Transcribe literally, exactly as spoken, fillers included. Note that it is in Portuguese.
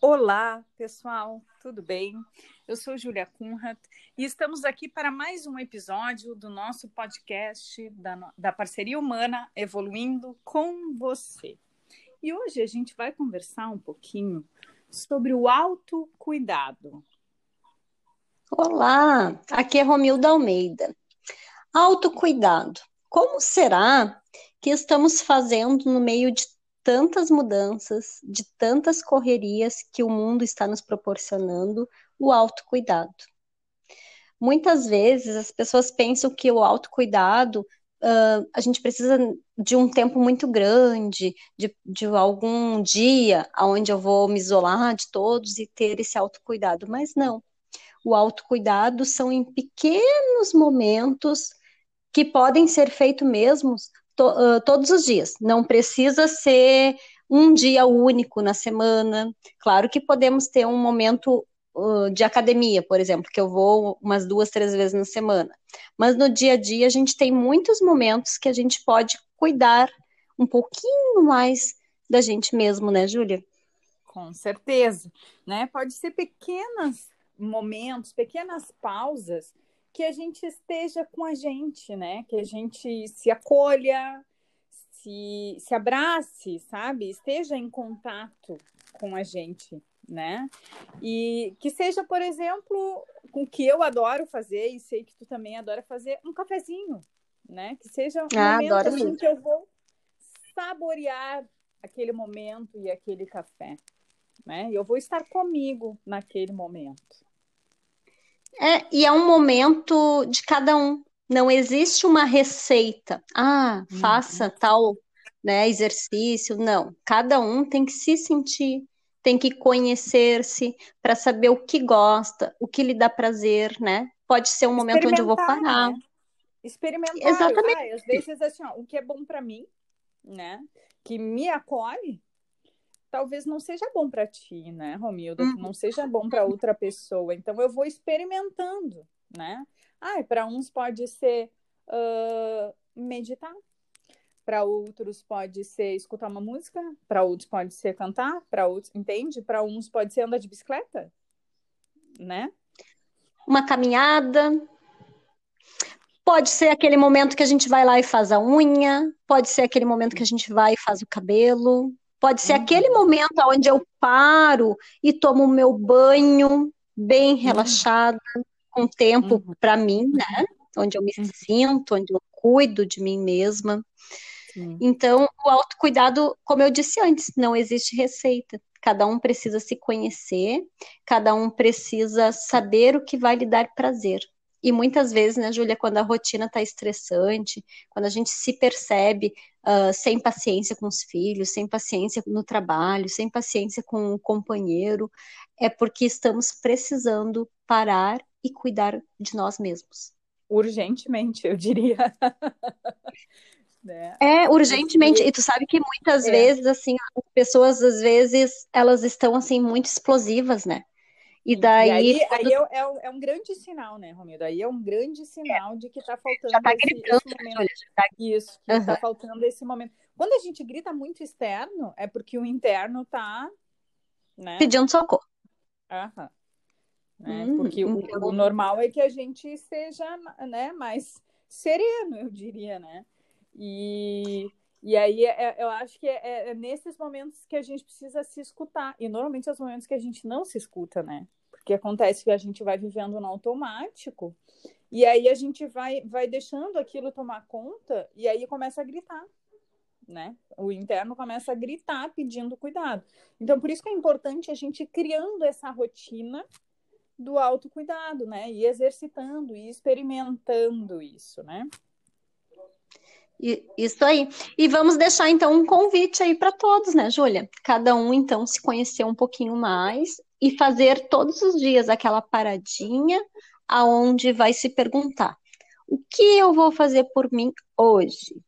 Olá, pessoal, tudo bem? Eu sou Júlia Kunrat e estamos aqui para mais um episódio do nosso podcast da, da Parceria Humana Evoluindo com Você. E hoje a gente vai conversar um pouquinho sobre o autocuidado. Olá, aqui é Romilda Almeida. Autocuidado. Como será que estamos fazendo no meio de tantas mudanças, de tantas correrias que o mundo está nos proporcionando, o autocuidado? Muitas vezes as pessoas pensam que o autocuidado, uh, a gente precisa de um tempo muito grande, de, de algum dia onde eu vou me isolar de todos e ter esse autocuidado, mas não. O autocuidado são em pequenos momentos que podem ser feitos mesmo to, uh, todos os dias. Não precisa ser um dia único na semana. Claro que podemos ter um momento uh, de academia, por exemplo, que eu vou umas duas, três vezes na semana. Mas no dia a dia a gente tem muitos momentos que a gente pode cuidar um pouquinho mais da gente mesmo, né, Júlia? Com certeza, né? Pode ser pequenos momentos, pequenas pausas que a gente esteja com a gente, né? Que a gente se acolha, se, se abrace, sabe? Esteja em contato com a gente, né? E que seja, por exemplo, o que eu adoro fazer, e sei que tu também adora fazer, um cafezinho, né? Que seja um Ah, momento adoro assim mesmo. que eu vou saborear aquele momento e aquele café, né? E eu vou estar comigo naquele momento. É, e é um momento de cada um. Não existe uma receita. Ah, faça Uhum. tal, né, exercício. Não. Cada um tem que se sentir, tem que conhecer-se para saber o que gosta, o que lhe dá prazer, né? Pode ser um momento onde eu vou Experimentar, parar. né? Experimentar. Eu, Exatamente. ah, às vezes, assim, ó, o que é bom para mim, né? Que me acolhe, talvez não seja bom para ti, né, Romilda? Que Hum, não seja bom para outra pessoa. Então, eu vou experimentando, né? Ah, para uns pode ser uh, meditar. Para outros pode ser escutar uma música, para outros pode ser cantar, para outros, entende? Para uns pode ser andar de bicicleta, né? Uma caminhada. Pode ser aquele momento que a gente vai lá e faz a unha, pode ser aquele momento que a gente vai e faz o cabelo, pode ser aquele Uhum, momento onde eu paro e tomo o meu banho bem uhum, relaxada, com tempo uhum, para mim, né? Onde eu me uhum, sinto, onde eu cuido de mim mesma. sim. Então, o autocuidado, como eu disse antes, não existe receita. Cada um precisa se conhecer, cada um precisa saber o que vai lhe dar prazer. E muitas vezes, né, Júlia, quando a rotina está estressante, quando a gente se percebe uh, sem paciência com os filhos, sem paciência no trabalho, sem paciência com o companheiro, é porque estamos precisando parar e cuidar de nós mesmos. Urgentemente, eu diria. Né? É, urgentemente, Porque e tu sabe que muitas é, vezes, assim, as pessoas, às vezes, elas estão, assim, muito explosivas, né? E sim. E daí, aí, quando aí é, é, um- é um grande sinal, né, Romildo? Aí é um grande sinal de que está já faltando tá esse, gritando, esse né, momento. Júlia? Já tá, Isso, que está aham. faltando esse momento. Quando a gente grita muito externo, é porque o interno está, né? Pedindo socorro. Aham, né? Hum, Porque o, o então, normal é que a gente seja, né, mais sereno, eu diria, né? E, e aí é, eu acho que é, é nesses momentos que a gente precisa se escutar. E normalmente é os momentos que a gente não se escuta, né? Porque acontece que a gente vai vivendo no automático e aí a gente vai, vai deixando aquilo tomar conta e aí começa a gritar, né? O interno começa a gritar pedindo cuidado. Então, por isso que é importante a gente ir criando essa rotina do autocuidado, né? E exercitando e experimentando isso, né? i- isso aí. E vamos deixar, então, um convite aí para todos, né, Júlia? Cada um, então, se conhecer um pouquinho mais e fazer todos os dias aquela paradinha aonde vai se perguntar: o que eu vou fazer por mim hoje?